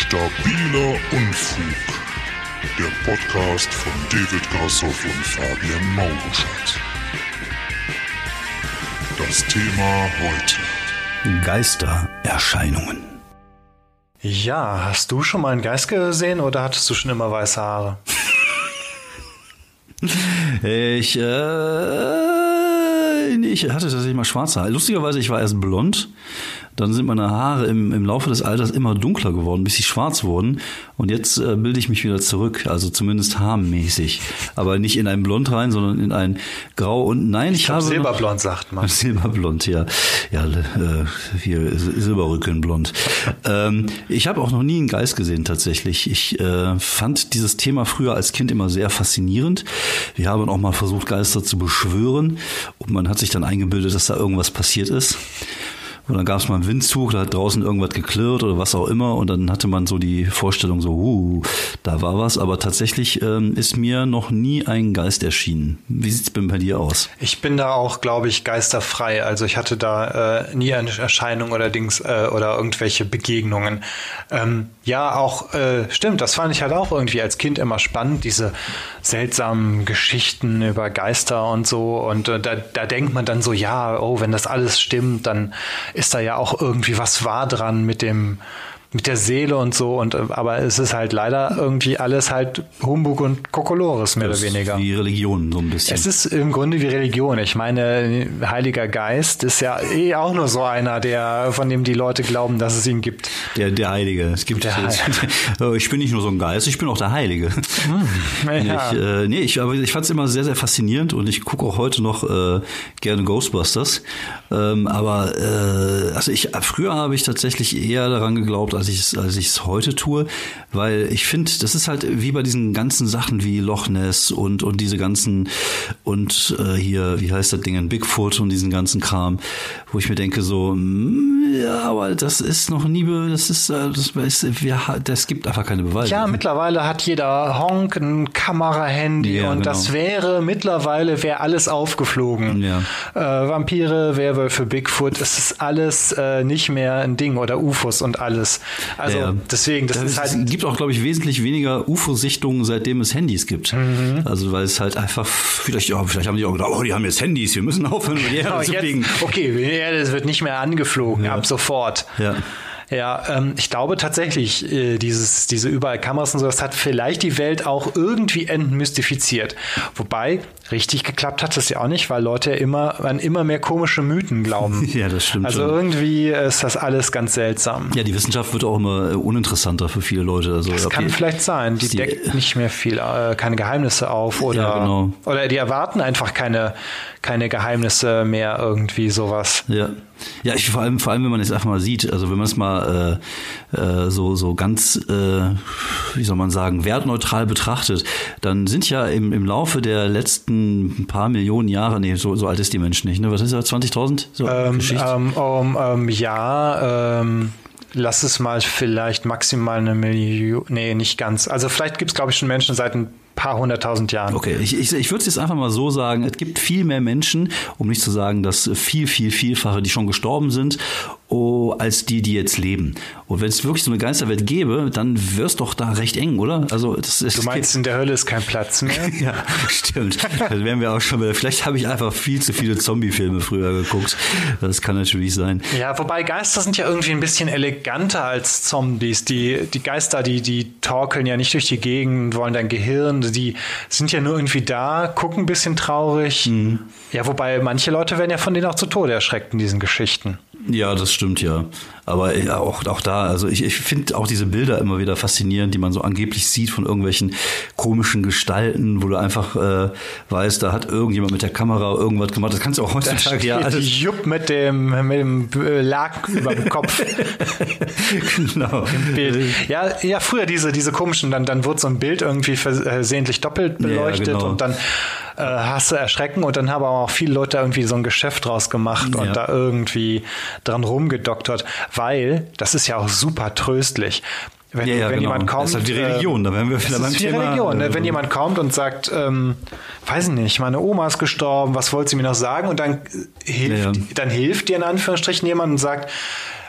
Stabiler Unfug. Der Podcast von David Grassoff und Fabian Mauruschat. Das Thema heute: Geistererscheinungen. Ja, hast du schon mal einen Geist gesehen oder hattest du schon immer weiße Haare? Ich hatte tatsächlich mal schwarze Haare. Lustigerweise, ich war erst blond. Dann sind meine Haare im Laufe des Alters immer dunkler geworden, bis sie schwarz wurden. Und jetzt bilde ich mich wieder zurück, also zumindest haarmäßig. Aber nicht in ein Blond rein, sondern in ein Grau. Und nein, ich habe Silberblond, sagt man. Silberblond, ja. Ja, hier Silberrückenblond. Ich habe auch noch nie einen Geist gesehen, tatsächlich. Ich fand dieses Thema früher als Kind immer sehr faszinierend. Wir haben auch mal versucht, Geister zu beschwören. Und man hat sich dann eingebildet, dass da irgendwas passiert ist. Und dann gab es mal einen Windzug, da hat draußen irgendwas geklirrt oder was auch immer. Und dann hatte man so die Vorstellung so, da war was. Aber tatsächlich ist mir noch nie ein Geist erschienen. Wie sieht es denn bei dir aus? Ich bin da auch, glaube ich, geisterfrei. Also ich hatte da nie eine Erscheinung oder irgendwelche Begegnungen. Ja, auch stimmt, das fand ich halt auch irgendwie als Kind immer spannend, diese seltsamen Geschichten über Geister und so. Und da denkt man dann so, ja, wenn das alles stimmt, dann ist da ja auch irgendwie was wahr dran mit der Seele und so. Aber es ist halt leider irgendwie alles halt Humbug und Kokolores, mehr oder weniger. Wie Religion, so ein bisschen. Es ist im Grunde wie Religion. Ich meine, Heiliger Geist ist ja auch nur so einer, von dem die Leute glauben, dass es ihn gibt. Der Heilige. Es gibt ich bin nicht nur so ein Geist, ich bin auch der Heilige. Ja. Aber ich fand es immer sehr, sehr faszinierend und ich gucke auch heute noch gerne Ghostbusters. Früher habe ich tatsächlich eher daran geglaubt, als ich es heute tue, weil ich finde, das ist halt wie bei diesen ganzen Sachen wie Loch Ness und diese ganzen und hier, wie heißt das Ding, Bigfoot und diesen ganzen Kram, wo ich mir denke so, ja, aber das ist noch nie, das gibt einfach keine Beweise. Ja, mittlerweile hat jeder Honk ein Kamerahandy und genau. Das wäre alles aufgeflogen. Ja. Vampire, Werwölfe, Bigfoot, es ist alles nicht mehr ein Ding oder UFOs und alles. Also deswegen, es gibt auch, glaube ich, wesentlich weniger UFO-Sichtungen, seitdem es Handys gibt. Mhm. Also weil es halt einfach, vielleicht haben die auch gedacht, die haben jetzt Handys, wir müssen aufhören, die Erde zu fliegen. Okay, die Erde wird nicht mehr angeflogen, ab sofort. Ja. Ja, ich glaube tatsächlich, diese überall Kameras und so, das hat vielleicht die Welt auch irgendwie entmystifiziert. Wobei, richtig geklappt hat das ja auch nicht, weil Leute an immer mehr komische Mythen glauben. Ja, das stimmt. Also irgendwie ist das alles ganz seltsam. Ja, die Wissenschaft wird auch immer uninteressanter für viele Leute. Also, das kann vielleicht sein. Die deckt nicht mehr keine Geheimnisse auf oder die erwarten einfach keine Geheimnisse mehr, irgendwie sowas. Ja. Ja, vor allem, wenn man es einfach mal sieht, also wenn man es mal so ganz, wie soll man sagen, wertneutral betrachtet, dann sind ja im Laufe der letzten paar Millionen Jahre, so alt ist die Mensch nicht, ne? Was ist das, 20.000? So, lass es mal vielleicht maximal 1 Million, nee, nicht ganz. Also vielleicht gibt es, glaube ich, schon Menschen seit ein paar 100.000 Jahren. Okay, ich würde es jetzt einfach mal so sagen, es gibt viel mehr Menschen, um nicht zu sagen, dass vielfache, die schon gestorben sind, als die jetzt leben. Und wenn es wirklich so eine Geisterwelt gäbe, dann wäre es doch da recht eng, oder? Also du meinst, in der Hölle ist kein Platz mehr? Ja, stimmt. Dann wären wir auch schon wieder. Vielleicht habe ich einfach viel zu viele Zombie-Filme früher geguckt. Das kann natürlich sein. Ja, wobei Geister sind ja irgendwie ein bisschen eleganter als Zombies. Die Geister, die torkeln ja nicht durch die Gegend, wollen dein Gehirn. Die sind ja nur irgendwie da, gucken ein bisschen traurig. Mhm. Ja, wobei manche Leute werden ja von denen auch zu Tode erschreckt in diesen Geschichten. Ja, das stimmt, ja. Aber ja, auch da, also ich finde auch diese Bilder immer wieder faszinierend, die man so angeblich sieht von irgendwelchen komischen Gestalten, wo du einfach weißt, da hat irgendjemand mit der Kamera irgendwas gemacht. Das kannst du auch heutzutage ja alles. Jupp mit dem Laken über dem Kopf. Genau. Im Bild. Ja, früher diese komischen, dann wird so ein Bild irgendwie versehentlich doppelt beleuchtet, ja, genau. Und dann hast du Erschrecken und dann haben aber auch viele Leute irgendwie so ein Geschäft draus gemacht und da irgendwie dran rumgedoktert, weil das ist ja auch super tröstlich. Wenn jemand kommt, das ist halt die Religion, da wären wir wieder beim Thema. Religion, wenn jemand kommt und sagt, weiß ich nicht, meine Oma ist gestorben, was wollt sie mir noch sagen? Und dann hilft dir in Anführungsstrichen jemand und sagt,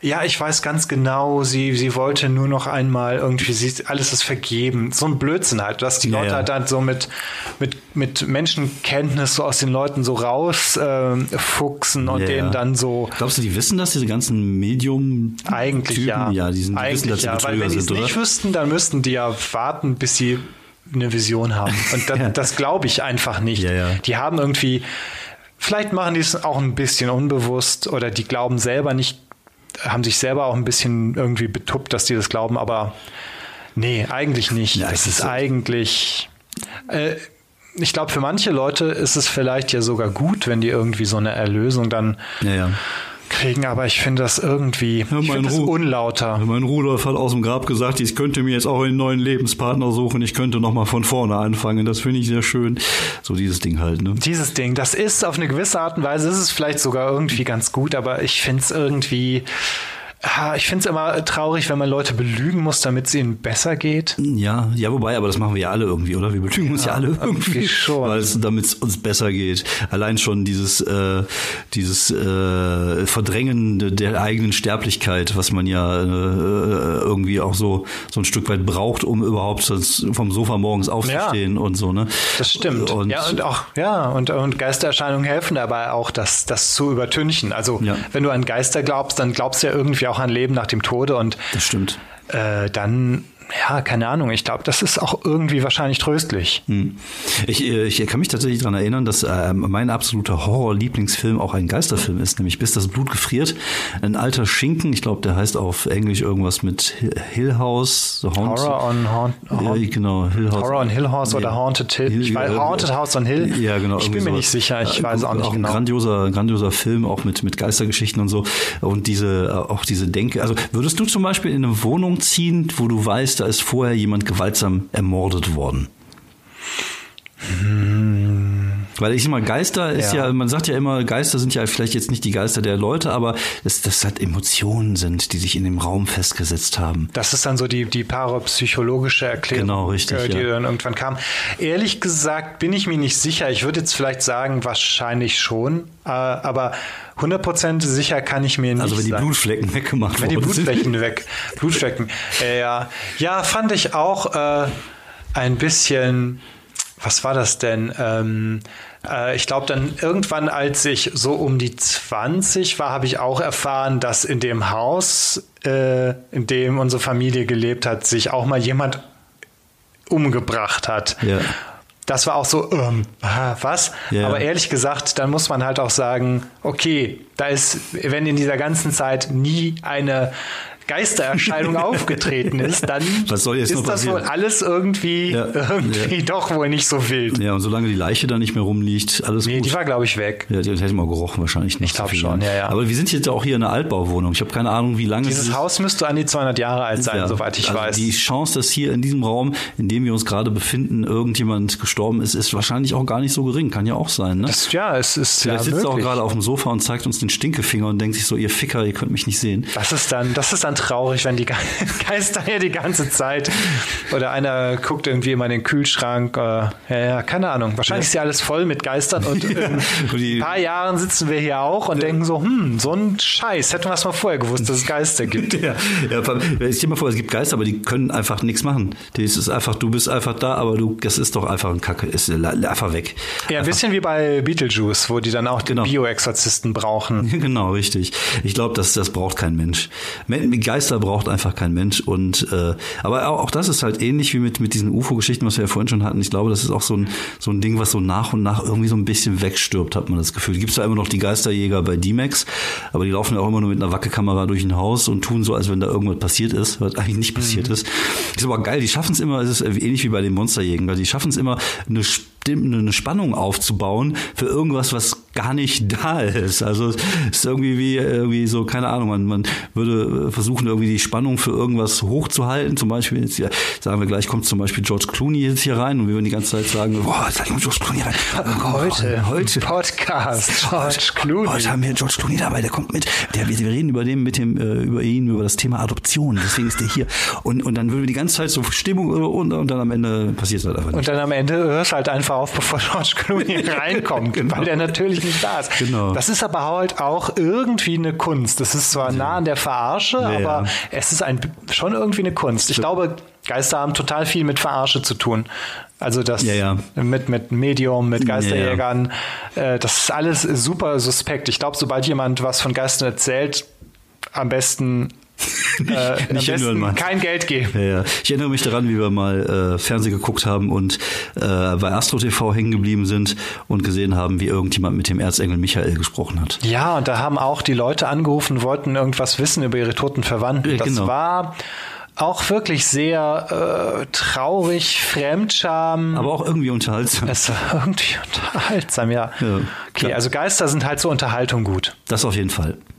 Ja, ich weiß ganz genau, sie wollte nur noch einmal irgendwie, alles ist vergeben. So ein Blödsinn halt, dass die Leute halt dann so mit Menschenkenntnis so aus den Leuten so rausfuchsen und denen dann so. Glaubst du, die wissen das, diese ganzen Medium-Typen? Eigentlich ja. Ja, die wissen, dass sie Betrüger weil wenn die es sind, oder? nicht wüssten, dann müssten die ja warten, bis sie eine Vision haben. Und das glaube ich einfach nicht. Ja. Die haben irgendwie, vielleicht machen die es auch ein bisschen unbewusst oder die glauben selber nicht, haben sich selber auch ein bisschen irgendwie betuppt, dass die das glauben, aber nee, eigentlich nicht. Ja, es ist eigentlich, ich glaube, für manche Leute ist es vielleicht ja sogar gut, wenn die irgendwie so eine Erlösung dann kriegen, aber ich finde das irgendwie unlauter. Mein Rudolf hat aus dem Grab gesagt, ich könnte mir jetzt auch einen neuen Lebenspartner suchen, ich könnte nochmal von vorne anfangen, das finde ich sehr schön. So dieses Ding halt, ne? Dieses Ding, das ist auf eine gewisse Art und Weise, ist es vielleicht sogar irgendwie ganz gut, aber ich finde es irgendwie, ich finde es immer traurig, wenn man Leute belügen muss, damit es ihnen besser geht. Ja, wobei, aber das machen wir ja alle irgendwie, oder? Wir belügen uns ja alle irgendwie schon. Damit es uns besser geht. Allein schon dieses Verdrängen der eigenen Sterblichkeit, was man ja irgendwie auch so ein Stück weit braucht, um überhaupt vom Sofa morgens aufzustehen und so, ne? Das stimmt. Und Geistererscheinungen helfen dabei auch, das zu übertünchen. Also wenn du an Geister glaubst, dann glaubst du ja irgendwie auch an Leben nach dem Tode und das stimmt. Dann, keine Ahnung, ich glaube, das ist auch irgendwie wahrscheinlich tröstlich. Ich kann mich tatsächlich daran erinnern, dass mein absoluter Horror-Lieblingsfilm auch ein Geisterfilm ist, nämlich Bis das Blut gefriert. Ein alter Schinken, ich glaube, der heißt auf Englisch irgendwas mit Hill House. Horror on Hill House. Horror on Hill House oder Haunted Hill. Ich weiß, Haunted House on Hill. Ja, genau. Ich bin mir nicht sicher, ich weiß auch nicht genau. Auch ein grandioser Film, auch mit Geistergeschichten und so. Und diese Denke. Also würdest du zum Beispiel in eine Wohnung ziehen, wo du weißt, da ist vorher jemand gewaltsam ermordet worden? Weil ich immer, Geister ist man sagt ja immer, Geister sind ja vielleicht jetzt nicht die Geister der Leute, aber das halt Emotionen sind, die sich in dem Raum festgesetzt haben. Das ist dann so die parapsychologische Erklärung, genau, richtig, die dann irgendwann kam. Ehrlich gesagt bin ich mir nicht sicher. Ich würde jetzt vielleicht sagen, wahrscheinlich schon, aber 100% sicher kann ich mir nicht sagen. Also wenn die Blutflecken weggemacht worden sind. Wenn die Blutflecken. Ja, fand ich auch ein bisschen. Was war das denn? Ich glaube, dann irgendwann, als ich so um die 20 war, habe ich auch erfahren, dass in dem Haus, in dem unsere Familie gelebt hat, sich auch mal jemand umgebracht hat. Ja. Das war auch so, was? Ja. Aber ehrlich gesagt, dann muss man halt auch sagen, okay, da ist, wenn in dieser ganzen Zeit nie eine Geistererscheinung aufgetreten ist, dann was soll jetzt ist das wohl alles irgendwie doch wohl nicht so wild. Ja, und solange die Leiche da nicht mehr rumliegt, alles gut. Die war, glaube ich, weg. Ja, die hätte mal gerochen wahrscheinlich nicht. Ich glaube schon, ja. Aber wir sind jetzt auch hier in einer Altbauwohnung. Ich habe keine Ahnung, wie lange dieses Haus müsste an die 200 Jahre alt sein, soweit ich weiß. Die Chance, dass hier in diesem Raum, in dem wir uns gerade befinden, irgendjemand gestorben ist wahrscheinlich auch gar nicht so gering. Kann ja auch sein, ne? Es ist vielleicht sitzt er auch gerade auf dem Sofa und zeigt uns den Stinkefinger und denkt sich so, ihr Ficker, ihr könnt mich nicht sehen. Das ist dann traurig, wenn die Geister hier die ganze Zeit oder einer guckt irgendwie immer in den Kühlschrank. Keine Ahnung. Wahrscheinlich ist ja alles voll mit Geistern und in ein paar Jahren sitzen wir hier auch und denken so, so ein Scheiß. Hätten wir das mal vorher gewusst, dass es Geister gibt. Ja, stell dir mal vor, es gibt Geister, aber die können einfach nichts machen. Das ist einfach, du bist einfach da, aber das ist doch einfach ein Kacke. Ist einfach weg. Ja, ein bisschen wie bei Beetlejuice, wo die dann auch den Bioexorzisten brauchen. Genau, richtig. Ich glaube, das braucht kein Mensch. Geister braucht einfach kein Mensch. Und aber auch das ist halt ähnlich wie mit diesen UFO-Geschichten, was wir ja vorhin schon hatten. Ich glaube, das ist auch so ein Ding, was so nach und nach irgendwie so ein bisschen wegstirbt, hat man das Gefühl. Gibt es da immer noch die Geisterjäger bei D-Max, aber die laufen ja auch immer nur mit einer Wackelkamera durch ein Haus und tun so, als wenn da irgendwas passiert ist, was eigentlich nicht passiert ist. Ist aber geil, die schaffen es immer, es ist ähnlich wie bei den Monsterjägern, weil die schaffen es immer, eine Spannung aufzubauen für irgendwas, was gar nicht da ist. Also es ist irgendwie so, keine Ahnung, man würde versuchen, irgendwie die Spannung für irgendwas hochzuhalten. Zum Beispiel, jetzt sagen wir gleich, kommt zum Beispiel George Clooney jetzt hier rein und wir würden die ganze Zeit sagen, jetzt hat George Clooney rein. Heute Podcast, George Clooney. Heute haben wir George Clooney dabei, der kommt mit. Wir reden über das Thema Adoption. Deswegen ist der hier. Und dann würden wir die ganze Zeit so Stimmung und dann am Ende passiert es halt einfach nicht. Und dann am Ende hörst halt einfach Treppe auf, bevor George Clooney reinkommt, Genau. weil der natürlich nicht da ist. Genau. Das ist aber halt auch irgendwie eine Kunst. Das ist zwar nah an der Verarsche, aber es ist schon irgendwie eine Kunst. Ich glaube, Geister haben total viel mit Verarsche zu tun. Also das mit Medium, mit Geisterjägern, das ist alles super suspekt. Ich glaube, sobald jemand was von Geistern erzählt, am besten kein Geld geben. Ja. Ich erinnere mich daran, wie wir mal Fernsehen geguckt haben und bei Astro TV hängen geblieben sind und gesehen haben, wie irgendjemand mit dem Erzengel Michael gesprochen hat. Ja, und da haben auch die Leute angerufen, wollten irgendwas wissen über ihre toten Verwandten. Das war auch wirklich sehr traurig, Fremdscham. Aber auch irgendwie unterhaltsam. Es war irgendwie unterhaltsam, ja. Okay, also Geister sind halt zur Unterhaltung gut. Das auf jeden Fall.